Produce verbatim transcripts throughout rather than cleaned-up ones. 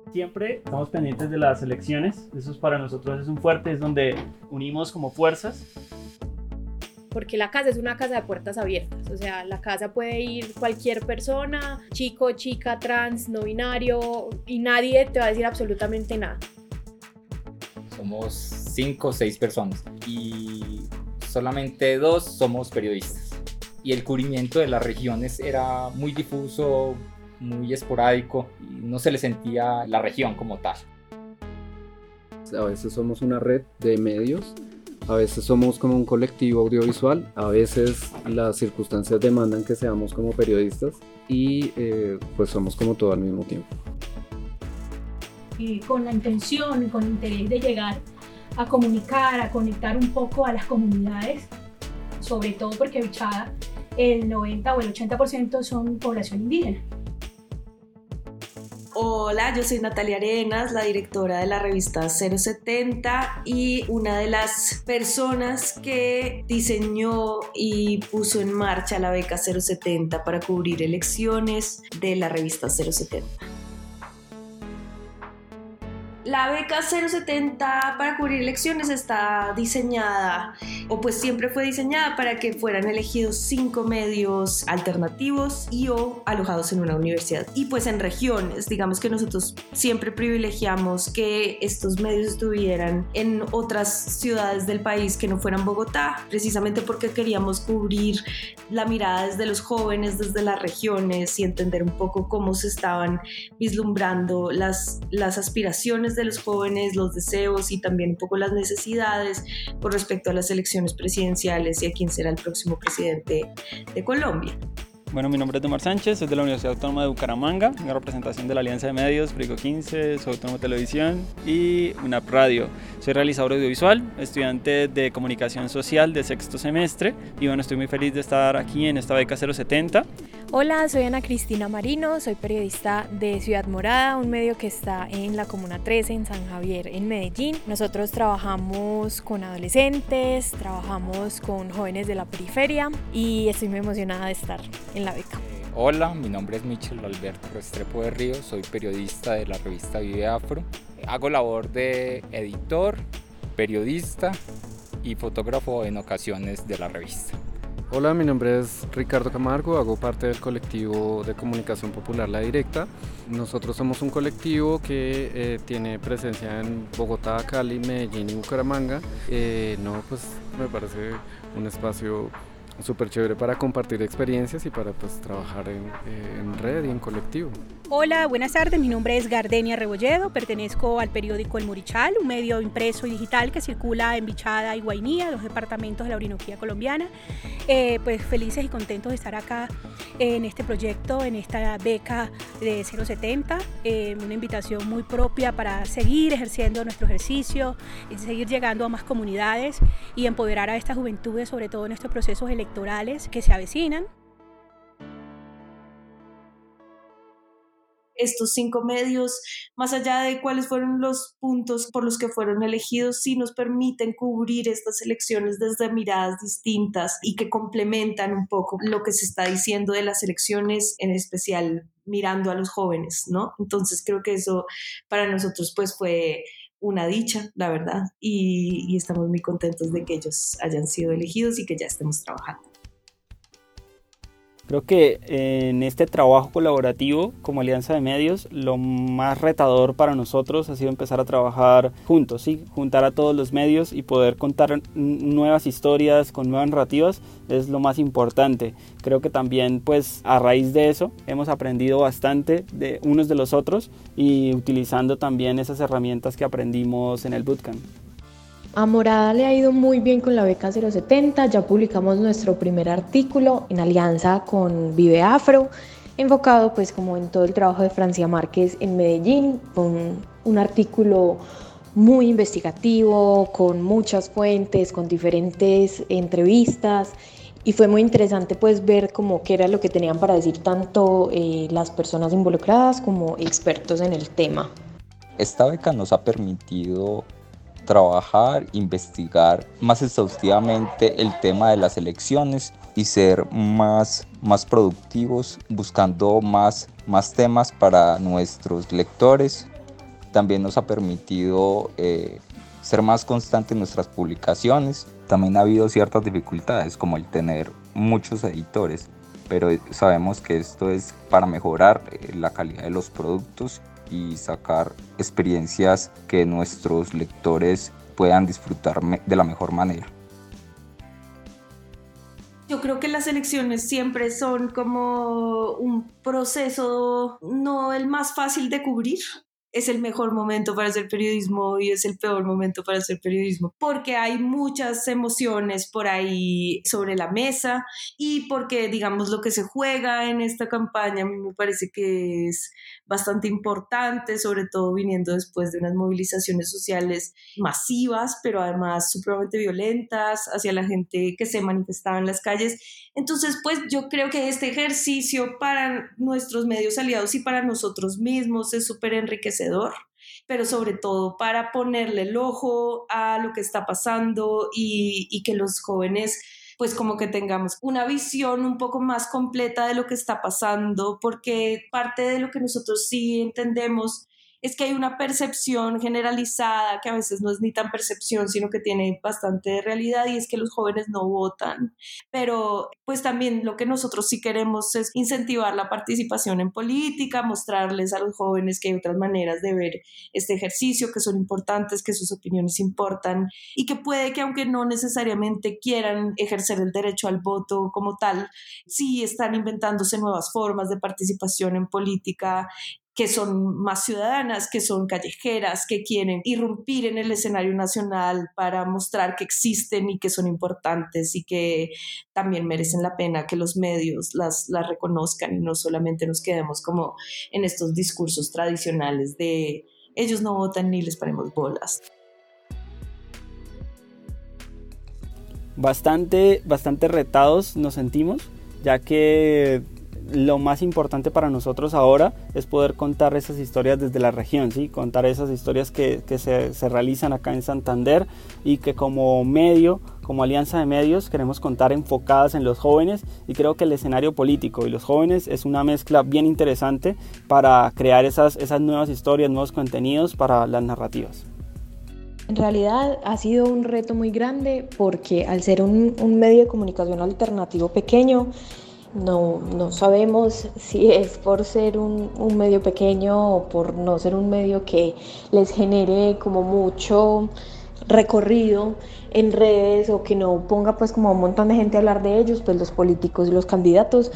Siempre estamos pendientes de las elecciones, eso es para nosotros es un fuerte, es donde unimos como fuerzas. Porque la casa es una casa de puertas abiertas, o sea, la casa puede ir cualquier persona, chico, chica, trans, no binario, y nadie te va a decir absolutamente nada. Somos cinco o seis personas y solamente dos somos periodistas. Y el cubrimiento de las regiones era muy difuso, muy esporádico y no se le sentía la región como tal. A veces somos una red de medios, a veces somos como un colectivo audiovisual, a veces las circunstancias demandan que seamos como periodistas y eh, pues somos como todo al mismo tiempo. Y con la intención, con el interés de llegar a comunicar, a conectar un poco a las comunidades, sobre todo porque Bichada el noventa o el ochenta por ciento son población indígena. Hola, yo soy Natalia Arenas, la directora de la revista cero setenta y una de las personas que diseñó y puso en marcha la beca cero setenta para cubrir elecciones de la revista cero setenta. La beca cero setenta para cubrir elecciones está diseñada, o pues siempre fue diseñada para que fueran elegidos cinco medios alternativos y o alojados en una universidad. Y pues en regiones, digamos que nosotros siempre privilegiamos que estos medios estuvieran en otras ciudades del país que no fueran Bogotá, precisamente porque queríamos cubrir la mirada desde los jóvenes, desde las regiones y entender un poco cómo se estaban vislumbrando las, las aspiraciones de los jóvenes, los deseos y también un poco las necesidades con respecto a las elecciones presidenciales y a quién será el próximo presidente de Colombia. Bueno, mi nombre es Domar Sánchez, soy de la Universidad Autónoma de Bucaramanga, en representación de la Alianza de Medios, Perico quince, soy Autónoma Televisión y UNAP Radio. Soy realizador audiovisual, estudiante de Comunicación Social de sexto semestre y bueno, estoy muy feliz de estar aquí en esta beca cero setenta. Hola, soy Ana Cristina Marino, soy periodista de Ciudad Morada, un medio que está en la Comuna trece, en San Javier, en Medellín. Nosotros trabajamos con adolescentes, trabajamos con jóvenes de la periferia y estoy muy emocionada de estar en la beca. Hola, mi nombre es Michel Alberto Restrepo de Ríos, soy periodista de la revista Vive Afro. Hago labor de editor, periodista y fotógrafo en ocasiones de la revista. Hola, mi nombre es Ricardo Camargo, hago parte del colectivo de comunicación popular La Directa. Nosotros somos un colectivo que eh, tiene presencia en Bogotá, Cali, Medellín y Bucaramanga. Eh, no, pues me parece un espacio súper chévere para compartir experiencias y para pues trabajar en, eh, en red y en colectivo. Hola, buenas tardes, mi nombre es Gardenia Rebolledo, pertenezco al periódico El Murichal, un medio impreso y digital que circula en Bichada y Guainía, dos departamentos de la Orinoquía colombiana. Eh, pues felices y contentos de estar acá en este proyecto, en esta beca de cero setenta, eh, una invitación muy propia para seguir ejerciendo nuestro ejercicio, y seguir llegando a más comunidades y empoderar a estas juventudes, sobre todo en estos procesos electorales que se avecinan. Estos cinco medios, más allá de cuáles fueron los puntos por los que fueron elegidos, sí nos permiten cubrir estas elecciones desde miradas distintas y que complementan un poco lo que se está diciendo de las elecciones, en especial mirando a los jóvenes, ¿no? Entonces creo que eso para nosotros pues fue una dicha, la verdad, y, y estamos muy contentos de que ellos hayan sido elegidos y que ya estemos trabajando. Creo que en este trabajo colaborativo como Alianza de Medios, lo más retador para nosotros ha sido empezar a trabajar juntos, ¿sí? Juntar a todos los medios y poder contar nuevas historias con nuevas narrativas es lo más importante. Creo que también pues a raíz de eso hemos aprendido bastante de unos de los otros y utilizando también esas herramientas que aprendimos en el bootcamp. A Morada le ha ido muy bien con la beca cero setenta, ya publicamos nuestro primer artículo en alianza con Vive Afro, enfocado pues como en todo el trabajo de Francia Márquez en Medellín, con un artículo muy investigativo, con muchas fuentes, con diferentes entrevistas y fue muy interesante pues ver como qué era lo que tenían para decir tanto eh, las personas involucradas como expertos en el tema. Esta beca nos ha permitido trabajar, investigar más exhaustivamente el tema de las elecciones y ser más, más productivos buscando más, más temas para nuestros lectores también nos ha permitido eh, ser más constante en nuestras publicaciones. También ha habido ciertas dificultades, como el tener muchos editores, pero sabemos que esto es para mejorar la calidad de los productos y sacar experiencias que nuestros lectores puedan disfrutar de la mejor manera. Yo creo que las elecciones siempre son como un proceso no el más fácil de cubrir. Es el mejor momento para hacer periodismo y es el peor momento para hacer periodismo, porque hay muchas emociones por ahí sobre la mesa y porque, digamos, lo que se juega en esta campaña a mí me parece que es bastante importante, sobre todo viniendo después de unas movilizaciones sociales masivas, pero además supremamente violentas hacia la gente que se manifestaba en las calles. Entonces, pues yo creo que este ejercicio para nuestros medios aliados y para nosotros mismos es súper enriquecedor, pero sobre todo para ponerle el ojo a lo que está pasando y, y que los jóvenes pues como que tengamos una visión un poco más completa de lo que está pasando, porque parte de lo que nosotros sí entendemos es que hay una percepción generalizada que a veces no es ni tan percepción, sino que tiene bastante realidad, y es que los jóvenes no votan. Pero pues también lo que nosotros sí queremos es incentivar la participación en política, mostrarles a los jóvenes que hay otras maneras de ver este ejercicio, que son importantes, que sus opiniones importan y que puede que aunque no necesariamente quieran ejercer el derecho al voto como tal, sí están inventándose nuevas formas de participación en política que son más ciudadanas, que son callejeras, que quieren irrumpir en el escenario nacional para mostrar que existen y que son importantes y que también merecen la pena que los medios las, las reconozcan y no solamente nos quedemos como en estos discursos tradicionales de ellos no votan ni les paremos bolas. Bastante, bastante retados nos sentimos, ya que lo más importante para nosotros ahora es poder contar esas historias desde la región, ¿sí? Contar esas historias que, que se, se realizan acá en Santander y que como medio, como alianza de medios, queremos contar enfocadas en los jóvenes, y creo que el escenario político y los jóvenes es una mezcla bien interesante para crear esas, esas nuevas historias, nuevos contenidos para las narrativas. En realidad ha sido un reto muy grande porque al ser un, un medio de comunicación alternativo pequeño, No, no sabemos si es por ser un, un medio pequeño o por no ser un medio que les genere como mucho recorrido en redes o que no ponga pues como un montón de gente a hablar de ellos, pues los políticos y los candidatos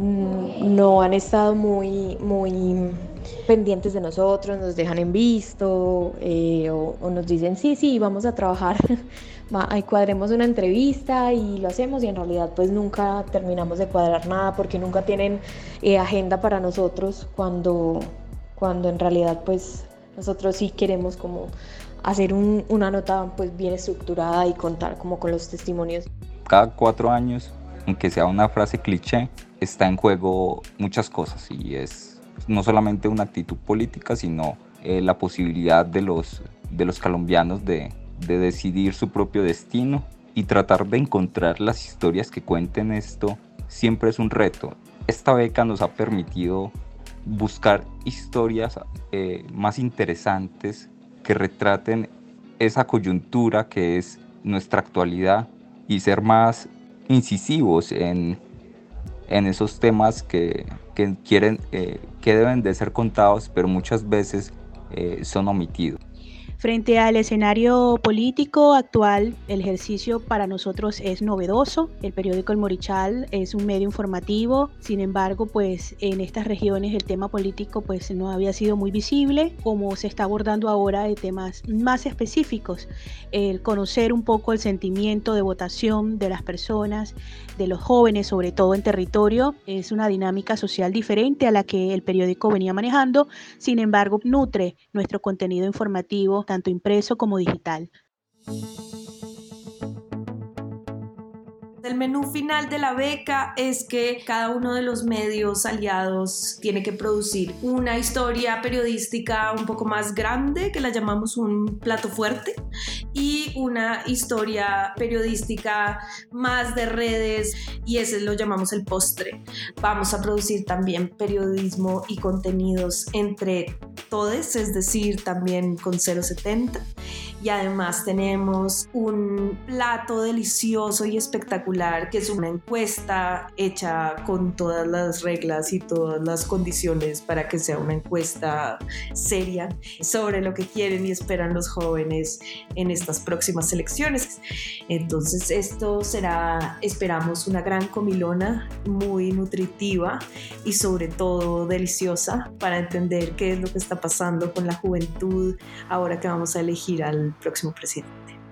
no han estado muy, muy pendientes de nosotros, nos dejan en visto eh, o, o nos dicen sí, sí, vamos a trabajar, ahí cuadremos una entrevista y lo hacemos, y en realidad pues nunca terminamos de cuadrar nada porque nunca tienen eh, agenda para nosotros cuando, cuando en realidad pues nosotros sí queremos como hacer un, una nota pues bien estructurada y contar como con los testimonios. Cada cuatro años, aunque sea una frase cliché, está en juego muchas cosas, y es no solamente una actitud política, sino eh, la posibilidad de los, de los colombianos de, de decidir su propio destino, y tratar de encontrar las historias que cuenten esto siempre es un reto. Esta beca nos ha permitido buscar historias eh, más interesantes que retraten esa coyuntura que es nuestra actualidad, y ser más incisivos en, en esos temas que, que, quieren, eh, que deben de ser contados, pero muchas veces eh, son omitidos. Frente al escenario político actual, el ejercicio para nosotros es novedoso. El periódico El Morichal es un medio informativo, sin embargo, pues en estas regiones el tema político pues no había sido muy visible, como se está abordando ahora de temas más específicos. El conocer un poco el sentimiento de votación de las personas, de los jóvenes, sobre todo en territorio, es una dinámica social diferente a la que el periódico venía manejando, sin embargo, nutre nuestro contenido informativo, tanto impreso como digital. El menú final de la beca es que cada uno de los medios aliados tiene que producir una historia periodística un poco más grande, que la llamamos un plato fuerte, y una historia periodística más de redes, y ese lo llamamos el postre. Vamos a producir también periodismo y contenidos entre todes, es decir, también con cero setenta. Y además tenemos un plato delicioso y espectacular que es una encuesta hecha con todas las reglas y todas las condiciones para que sea una encuesta seria sobre lo que quieren y esperan los jóvenes en estas próximas elecciones. Entonces esto será, esperamos, una gran comilona muy nutritiva y sobre todo deliciosa para entender qué es lo que está pasando con la juventud ahora que vamos a elegir al próximo presidente.